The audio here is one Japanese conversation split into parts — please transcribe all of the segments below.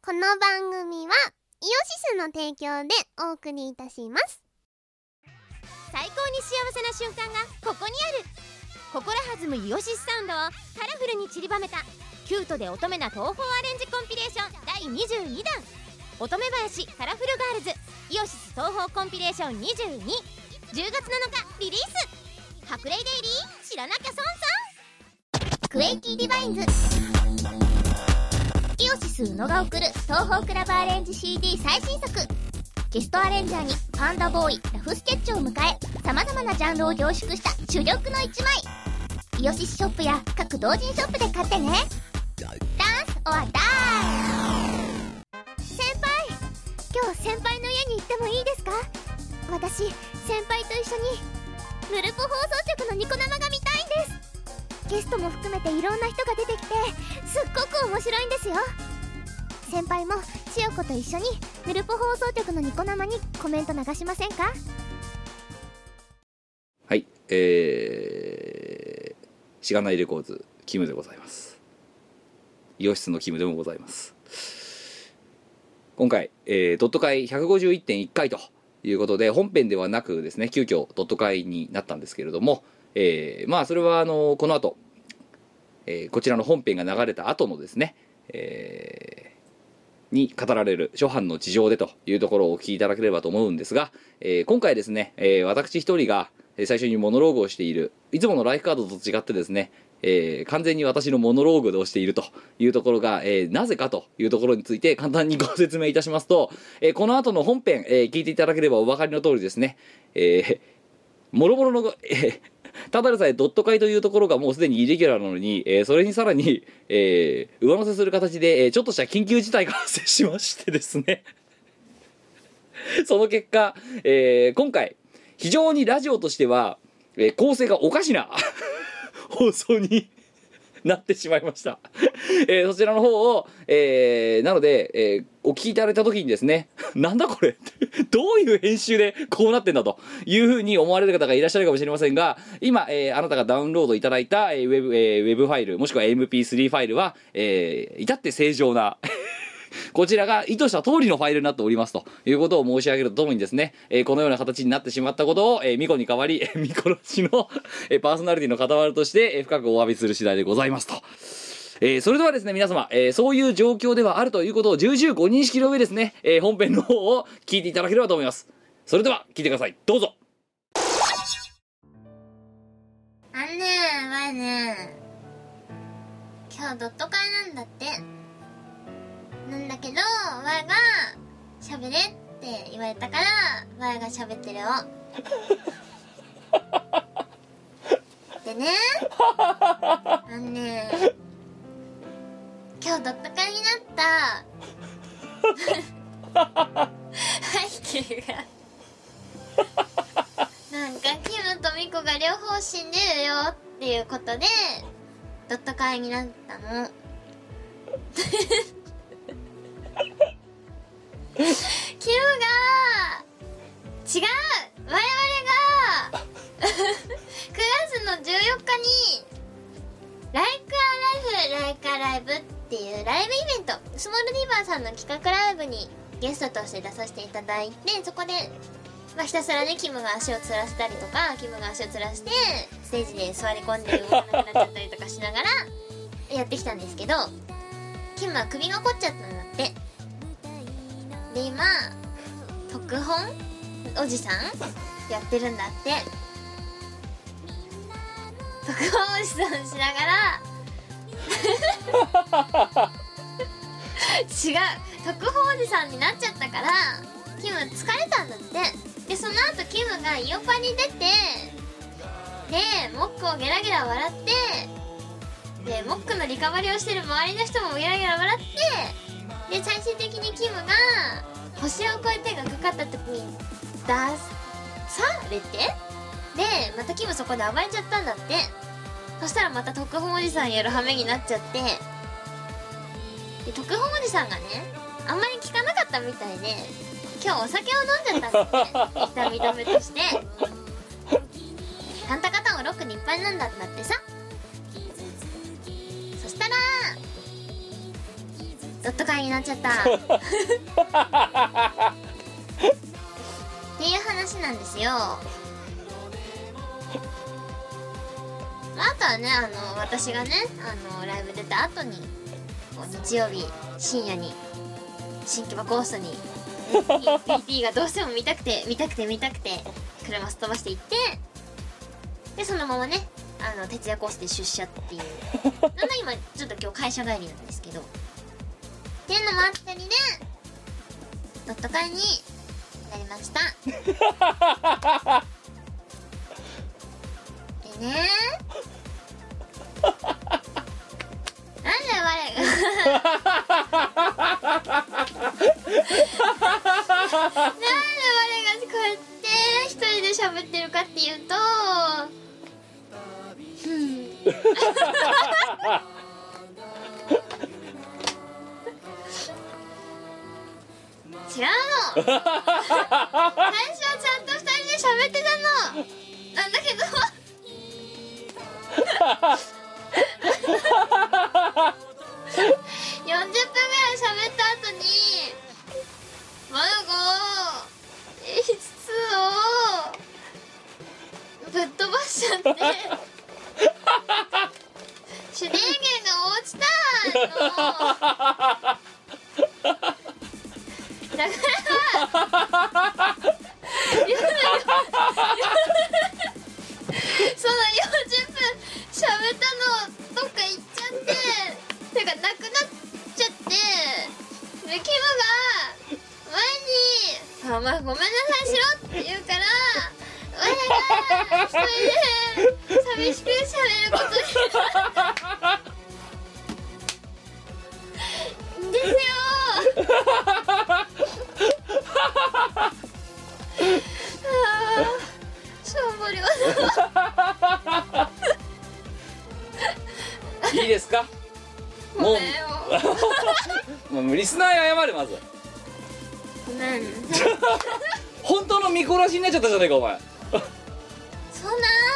この番組はイオシスの提供でお送りいたします。 最高に幸せな瞬間がここにある。心弾むイオシスサウンドをカラフルに散りばめたキュートで乙女な東宝アレンジコンピレーション第22弾、乙女林カラフルガールズイオシス東宝コンピレーション22、10月7日リリース。白麗デイリー知らなきゃ損さん。 クエイティディバインズイオシス宇野が送る東宝クラブアレンジ CD 最新作。ゲストアレンジャーにパンダボーイ、ラフスケッチを迎え、様々なジャンルを凝縮した珠玉の一枚。イオシスショップや各同人ショップで買ってね。ダンスオアダイ。 先輩、今日先輩の家に行ってもいいですか？私、先輩と一緒にヌルポ放送局のニコ生が見たいんです。ゲストも含めていろんな人が出てきてすっごく面白いんですよ。先輩も千代子と一緒にヌルポ放送局のニコ生にコメント流しませんか？ はい、しがないレコーズキムでございます。イオシスのキムでもございます。今回、ドット会 151.1 回ということで、本編ではなくですね、急遽ドット会になったんですけれども、まあそれはこの後、こちらの本編が流れた後のですね、に語られる初版の事情でというところをお聞きいただければと思うんですが、今回ですね、私一人が最初にモノローグをしている、いつものライフカードと違ってですね、完全に私のモノローグをしているというところが、なぜかというところについて簡単にご説明いたしますと、この後の本編、聞いていただければお分かりの通りですね、もろもろの、ただでさえドット会というところがもうすでにイレギュラーなのに、それにさらに、上乗せする形で、ちょっとした緊急事態が発生しましてですねその結果、今回非常にラジオとしては、構成がおかしな放送になってしまいましたそちらの方を、なので、お聞きいただいた時にですねなんだこれどういう編集でこうなってんだというふうに思われる方がいらっしゃるかもしれませんが、今、あなたがダウンロードいただいた、ウェブファイルもしくは MP3 ファイルは、至って正常なこちらが意図した通りのファイルになっておりますということを申し上げるとともにですね、このような形になってしまったことを、ミコに代わりミコロチのパーソナリティの傍らとして深くお詫びする次第でございますと。それではですね皆様、そういう状況ではあるということを重々ご認識の上ですね、本編の方を聞いていただければと思います。それでは聞いてください、どうぞ。 わいね、今日ドット会なんだって。なんだけどわいが喋れって言われたからわいが喋ってるよでね、今日ドット会になった背景がなんかキムとミコが両方死んでるよっていうことでドット会になったのキムが違う、我々が9月の14日にライクアライブっていうライブイベント、スモールリバーさんの企画ライブにゲストとして出させていただいて、そこで、ひたすらねキムが足をつらせたりとか、キムが足をつらしてステージで座り込んで動かなくなっちゃったりとかしながらやってきたんですけど、キムは首が凝っちゃったんだって。で今特本おじさんやってるんだって。特本おじさんしながら違う、特本おじさんになっちゃったからキム疲れたんだって。でその後キムがイオパに出て、でモックをゲラゲラ笑って、でモックのリカバリーをしてる周りの人もゲラゲラ笑って、で最終的にキムが星を越えてがかかった時に出されて、でまたキムそこで暴れちゃったんだって。そしたらまた特本おじさんやる羽目になっちゃって、で特本おじさんがねあんまり効かなかったみたいで、今日お酒を飲んじゃったんだって痛み止めとしてカンタカタンをロックにいっぱい飲んだんだってさ。そしたらドット会になっちゃったっていう話なんですよ。あとはね、私がねライブ出た後にこう日曜日深夜に新木場ゴーストに、ね、PT がどうしても見たくて車すっ飛ばしていって、でそのままね徹夜コースで出社っていうなんだ今ちょっと今日会社帰りなんですけどっていうのもあったりでドット会になりましたでねなんで我がこうやって一人で喋ってるかっていうと違うの最初はちゃんと二人で喋ってたのなんだけど40分ぐらい喋った後にマルゴ演出をぶっ飛ばしちゃって手電源が落ちたのだからその40分喋ったのどっか行っちゃっててかなくなっちゃってでキムが前に「お前ごめんなさいしろ」って言うから我が一人で寂しく喋ることにですよしょんぼりいいですかもうもうリスナーに謝るまずごめん本当の見こらしになっちゃったじゃないかお前そん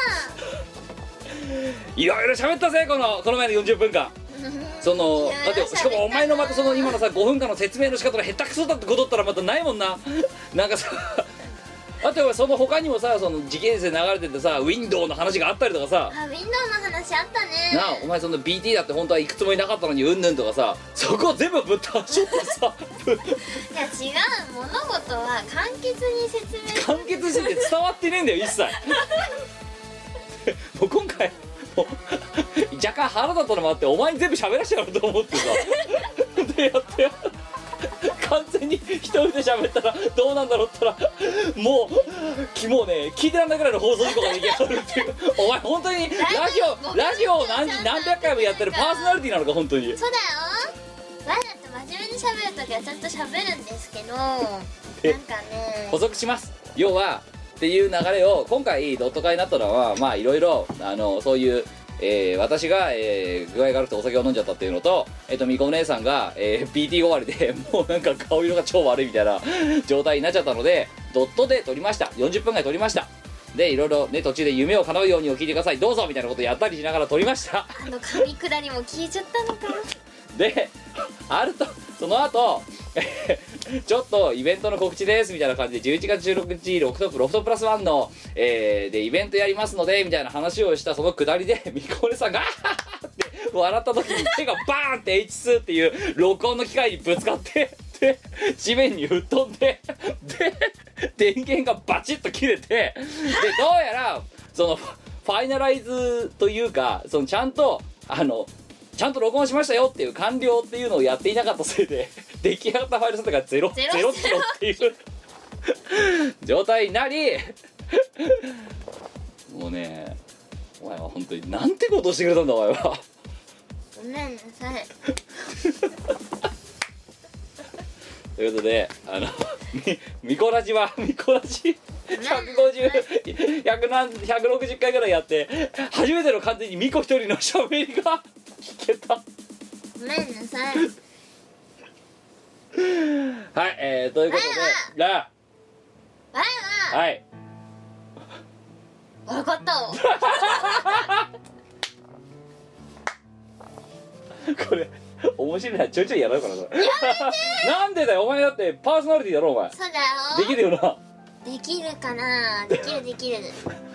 ないろいろ喋ったぜこの前の40分間そのだってしかもお前のまたその今のさ5分間の説明の仕方が下手くそだってことったらまたないもんななんかさあとその他にもさその次元生流れててさウィンドウの話があったりとかさあウィンドウの話あったねなあお前その BT だって本当は行くつもりなかったのにうんぬんとかさそこを全部ぶっ倒しちゃってさいや違う物事は簡潔に説明簡潔すぎて伝わってねえんだよ一切もう今回もう若干腹立ったのもあってお前に全部喋らせてやろうと思ってさでやって完全に一人で喋ったらどうなんだろうったらもうね聞いてらんないぐらいの放送事故が出来上がるっていうお前本当にラジオを何百回もやってるパーソナリティなのか本当にそうだよ我だって真面目に喋るときはちゃんと喋るんですけどなんかね補足します要はっていう流れを今回ドット会になったのはまあいろいろそういう私が、具合が悪くてお酒を飲んじゃったっていうのとみこ姉さんが、PT 終わりでもうなんか顔色が超悪いみたいな状態になっちゃったのでドットで撮りました40分ぐらい撮りましたでいろいろね途中で夢を叶うようにを聞いてくださいどうぞみたいなことやったりしながら撮りました噛み下りも消えちゃったのかであるとその後ちょっとイベントの告知ですみたいな感じで11月16日ロフトプラスワンの、でイベントやりますのでみたいな話をしたそのくだりでみこねさんがって笑った時に手がバーンって H2 っていう録音の機械にぶつかってで地面に吹っ飛んでで電源がバチッと切れてでどうやらそのファイナライズというかそのちゃんと録音しましたよっていう完了っていうのをやっていなかったせいで出来上がったファイル数が0キロっていう状態になりもうねお前は本当になんてことをしてくれたんだお前はごめんなさいということでミコラジ160回ぐらいやって初めての完全にミコ一人の喋りが聞けたごめんなさいはい、ということではい分かったわこれ面白いな、ちょいちょいやろうかなそれ。なんでだよ、お前だってパーソナリティだろお前。 そうだよ。 できるよな。 できるかな。できるできる。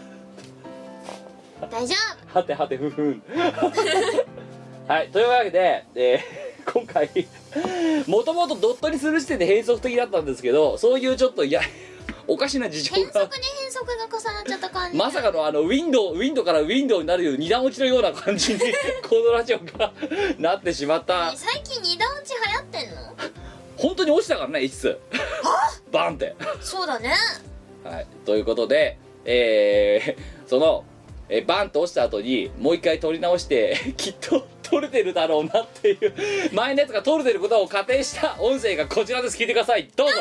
大丈はてはてふふん。はい、というわけで、今回もともとドットにする時点で変則的だったんですけど、そういうちょっとおかしな事情夫。変が則に変則が重なっちゃった感じ。 まさかのウィンドウからウィンドウになるよう二段落ちのような感じにこのラジオがなってしまった最近二段落ち流行ってんの？ 本当に落ちたからね、1つバンって。 そうだね。 はい、ということで、その、バンと落ちた後にもう一回撮り直してきっと撮れてるだろうなっていう前のやつが撮れてることを仮定した音声がこちらです。聞いてください、どうぞ。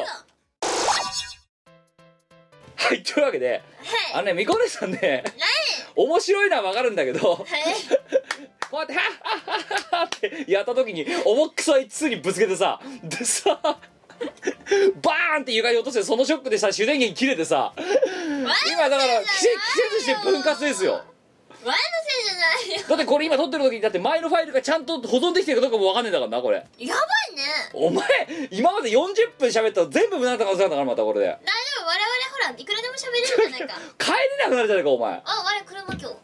はい、というわけで、 はい。 みこねさんね、面白いのは分かるんだけど、こはい。 うやってハッハッハッハッってやった時に重くそいつにぶつけてさ、でさバーンって床に落としてそのショックでさ主電源切れてさ、今だから季節して分割ですよ。 前のせいじゃないよ。 だってこれ今撮ってる時にだって前のファイルがちゃんと保存できてるかどうかも分かんねえんだからなこれ。 やばいね。 お前今まで40分喋ったら全部無駄な可能性あるんだからまたこれで大丈夫、我々ほらいくらでも喋れるじゃないか。 帰れなくなるじゃないかお前。 あ、我車今日。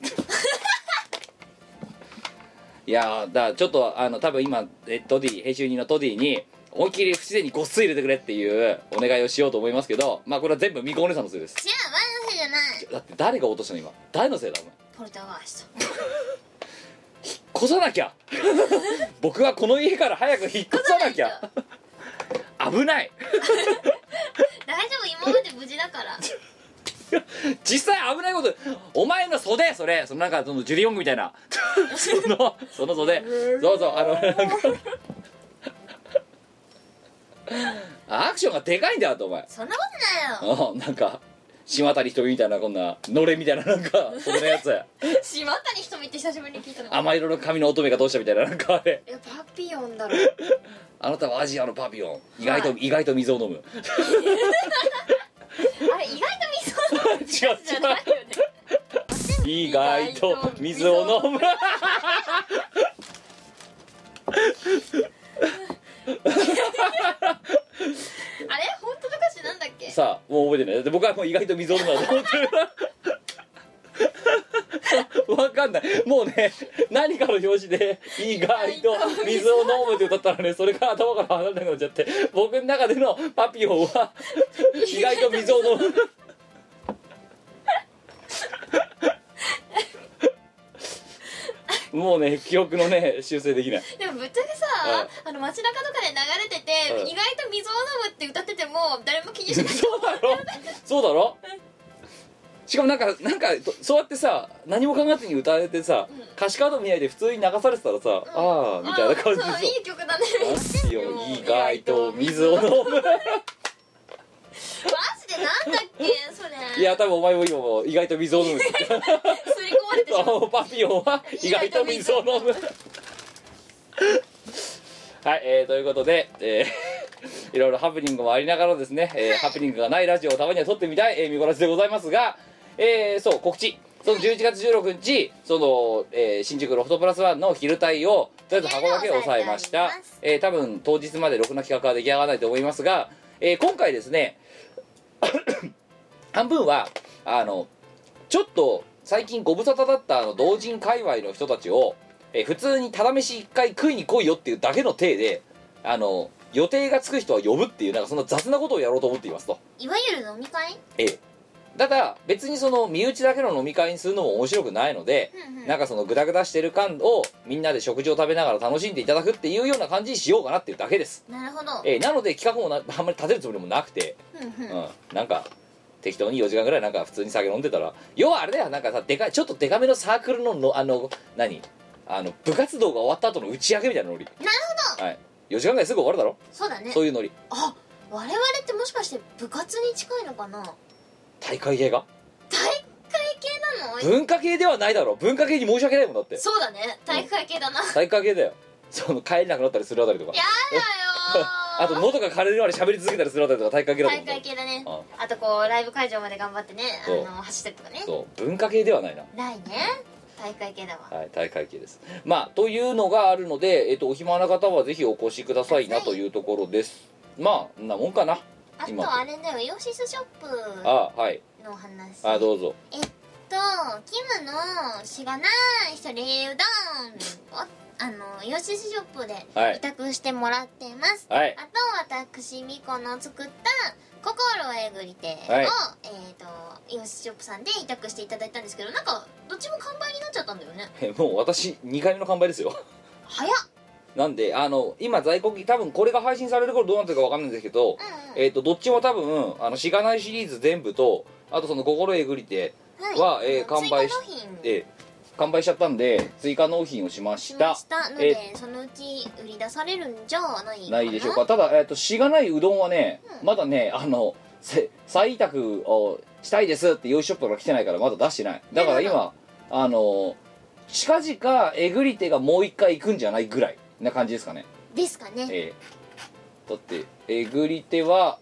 いやーだからちょっと多分今トディ編集人のトディに思いっきり不自然にごっつい入れてくれっていうお願いをしようと思いますけど、まあこれは全部みこお姉さんのせいです。 違う、前のせいじゃない。 だって誰が落としたの今、誰のせいだお前。 ポルターガースト。 越さなきゃ僕はこの家から早く引っ越さなきゃ危ない。 大丈夫、今まで無事だから。 実際危ないこと、お前の袖それ、そのなんかそのジュリオングみたいなその袖、そうそうなんかアクションがでかいんだよとお前。 そんなことないよ。 なんか島谷ひとみみたいなこんなのれみたいななんかそんなやつ島谷ひとみって久しぶりに聞いたの。 甘色の髪の乙女がどうしたみたいななんかあれ。 いや、パピヨンだろ。 あなたはアジアのパピヨン、意外と水を飲むあれ、意外と水を飲む違うじゃないよね。 意外と水を飲むあれ、本当の歌詞なんだっけ？ さあもう覚えてない。だって僕はもう意外と水を飲むだと思ってるわかんない。もうね、何かの表紙で意外と水を飲むって歌ったらね、それが頭から離れなくなっちゃって、僕の中でのパピヨンは意外と水を飲むもうね、記憶のね修正できない。 でもぶっちゃけさ、街中とかで流れてて、意外と水を飲むって歌ってても誰も気にしないそうだろそうだろ。しかもなんかそうやってさ何も考えずに歌われてさ、歌詞カード見ないで普通に流されてたらさ、ああみたいな感じでそう、いい曲だね。 パピヨン意外と水を飲むマジでなんだっけそれ。 いや多分お前も今も意外と水を飲む刷り込まれてしまう。 パピヨンは意外と水を飲むはい、ということで、いろいろハプニングもありながらですね、ハプニングがないラジオをたまには撮ってみたい、みこらじでございますが、そう告知、その11月16日その、新宿ロフトプラスワンの昼帯をとりあえず箱だけ抑えました。多分当日までろくな企画は出来上がらないと思いますが、今回ですね半分はちょっと最近ご無沙汰だった同人界隈の人たちを、普通にただ飯一回食いに来いよっていうだけの体で予定がつく人は呼ぶっていうなんかそんな雑なことをやろうと思っていますと。 いわゆる飲み会？ ただ別にその身内だけの飲み会にするのも面白くないので、なんかそのグダグダしてる感をみんなで食事を食べながら楽しんでいただくっていうような感じにしようかなっていうだけです。 なるほど。 なので企画もあんまり立てるつもりもなくて、なんか適当に4時間ぐらいなんか普通に酒飲んでたら、要はあれだよ、なんかさちょっとデカめのサークルの部活動が終わった後の打ち上げみたいなノリ。なるほど。 はい、4時間ぐらいすぐ終わるだろ。 そうだね。 そういうノリ。 あ、我々ってもしかして部活に近いのかな？ 大会系が体育会系なの？ 文化系ではないだろ。文化系に申し訳ないもんだって。 そうだね、体育会系だな。 体育会系だよ。その帰れなくなったりするあたりとか。 やだよあと喉が枯れるまで喋り続けたりするあたりとか体育会系だと思う。 体育会系だね。あとこうライブ会場まで頑張ってね、走ってるとかね。 そう、文化系ではないな。 ないね。 大会系だわ。 はい、大会系です。まあというのがあるので、お暇な方はぜひお越しくださいなというところです。まあんなもんかな。 あとあれだよ、イオシスショップはいの話。 どうぞ。 キムのしがない一人うどんをイオシスショップで委託してもらってます。 はい、 あと私ミコの作った心えぐり手を、イオシスショップさんで委託していただいたんですけど、なんかどっちも完売になっちゃったんだよね。 もう私2回目の完売ですよ。 早っ。 なんで今在庫多分これが配信される頃どうなってるか分かんないんですけど、どっちも多分しがないシリーズ全部と、あとその心えぐり手は、完売しちゃったんで追加納品をしました。 ので、そのうち売り出されるんじゃないでしょうか。ただ、しがないうどんはね、まだね再委託をしたいですってヨイショップから来てないからまだ出してない。だから今近々えぐり手がもう一回行くんじゃないぐらいな感じですかね。 ですかね。 だってえぐり手は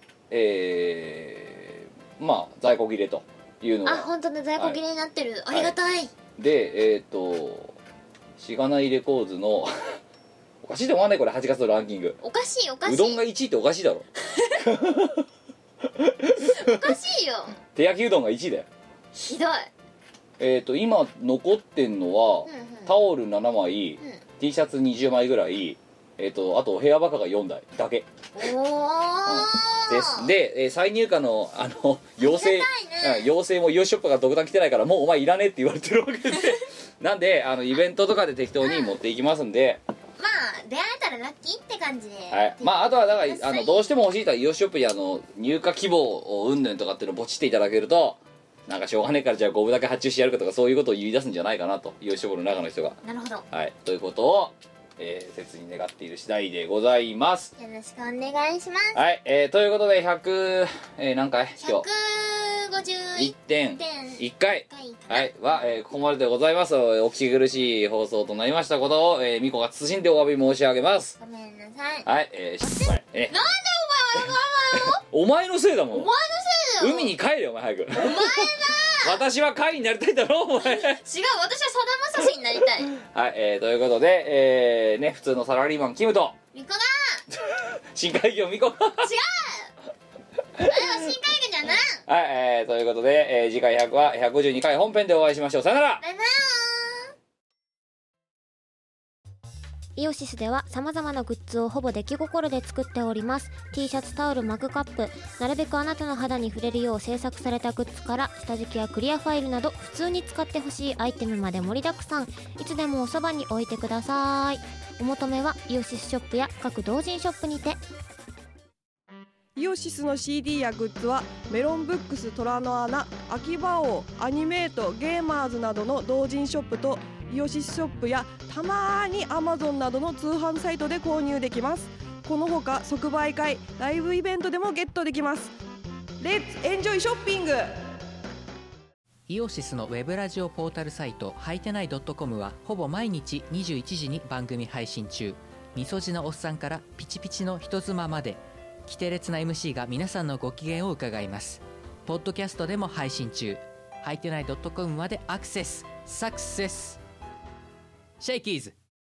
まあ在庫切れというのは、 本当だ、在庫切れになってる、ありがたい。 でしがないレコーズのおかしいと思わないこれ8月のランキング。 おかしい。 うどんが1位っておかしいだろ。 おかしいよ。 手焼きうどんが1位だよ。 ひどい。 今残ってんのは、タオル7枚、T シャツ20枚ぐらい、あとヘアバカが4台だけです。で、再入荷の妖精もイオシショップが独断来てないからもうお前いらねえって言われてるわけでなんでイベントとかで適当に持っていきますんで、 まあ出会えたらラッキーって感じで、 まああとはだからどうしても欲しい人はイオシショップに入荷希望をうんぬんとかっていうのをポチっていただけると、なんかしょうがねえからじゃあ5分だけ発注してやるかとかそういうことを言い出すんじゃないかなと、イオシショップの中の人が。 なるほど。 ということを切に願っている次第でございます。 よろしくお願いします。 ということで100、何回今日 151.1 回は、ここまででございます。お聞き苦しい放送となりましたことを、ミコが謹んでお詫び申し上げます。 ごめんなさい。 失敗。 なんでお前のせいだもん。 お前のせいだよ。 海に帰れよお前早く。 お前だ私は貝になりたいだろお前。 違う、私はさだまさしになりたい。 ということで、普通のサラリーマンキムとミコだ深海魚ミコが違うあれは深海魚じゃない。 ということで、次回100は152回本編でお会いしましょう。さよなら。 バイバイ。 イオシスでは様々なグッズをほぼ出来心で作っております。 T シャツ、タオル、マグカップ、なるべくあなたの肌に触れるよう制作されたグッズから下敷きやクリアファイルなど普通に使ってほしいアイテムまで盛りだくさん。いつでもおそばに置いてください。お求めはイオシスショップや各同人ショップにて。 イオシスの CD やグッズはメロンブックス、虎の穴、秋葉王、アニメート、ゲーマーズなどの同人ショップとイオシスショップやたまーに Amazon などの通販サイトで購入できます。このほか即売会、ライブイベントでもゲットできます。レッツエンジョイショッピング。 イオシスのウェブラジオポータルサイトはいてない .com はほぼ毎日21時に番組配信中。みそじのおっさんからピチピチの人妻まで規定列な MC が皆さんのご機嫌を伺います。ポッドキャストでも配信中。はいてない .com までアクセス。サクセスシェイキーズ。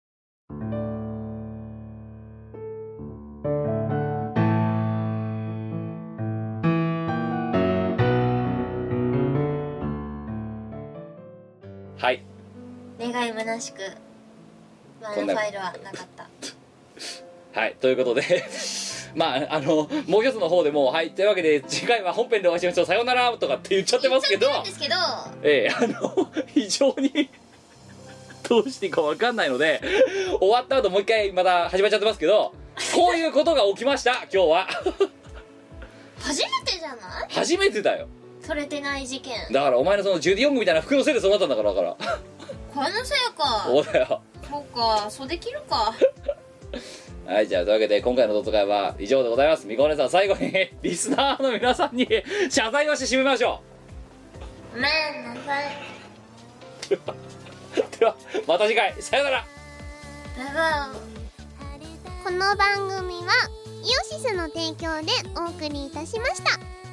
はい、 願い虚しくワンファイルはなかったはいということでまあもう一つの方でもはいというわけで次回は本編でお会いしましょう、さようならとかって言っちゃってますけど、 言っちゃってるんですけど、 非常にどうしていいか分かんないので終わった後もう一回また始まっちゃってますけど、こういうことが起きました今日は初めてじゃない？ 初めてだよ。 それてない事件だからお前のそのジュディ・ヨングみたいな服のせいでそうなったんだから。だからこれのせいか。 そうだよ。 そうか、袖切るかはい、じゃあというわけで今回のドット会は以上でございます。みこお姉さん、最後にリスナーの皆さんに謝罪をして締めましょごめんなさい。 ではまた次回、さよなら。 バイバイ。 この番組はイオシスの提供でお送りいたしました。